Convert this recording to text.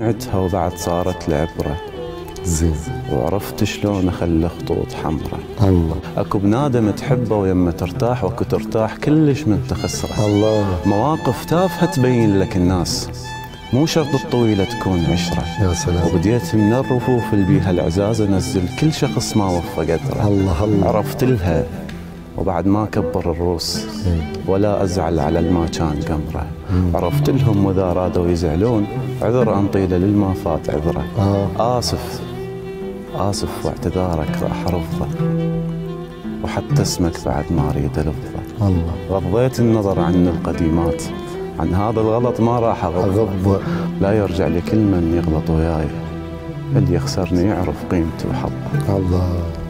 سمعتها وبعد صارت العبرة زين. وعرفت شلون اخلي خطوط حمراء. الله. اكو بنادم تحبه ويما ترتاح واكو ترتاح كلش من تخسره. الله. مواقف تافهة تبين لك الناس، مو شرط الطويلة تكون عشرة. يا سلام. وبديت من الرفوف اللي بيها العزاز انزل كل شخص ما وفى قدره. الله الله. عرفت لها وبعد ما كبر الروس ولا ازعل على الما كان قمره. عرفت لهم واذا رادوا يزعلون عذر انطيله للما فات عذره. اسف واعتذارك راح ارفضه، وحتى اسمك بعد ما اريد الفظه. الله. غضيت النظر عن القديمات، عن هذا الغلط ما راح اغض. لا يرجع لكل من يغلط وياي، اللي يخسرني يعرف قيمته وحظه. الله.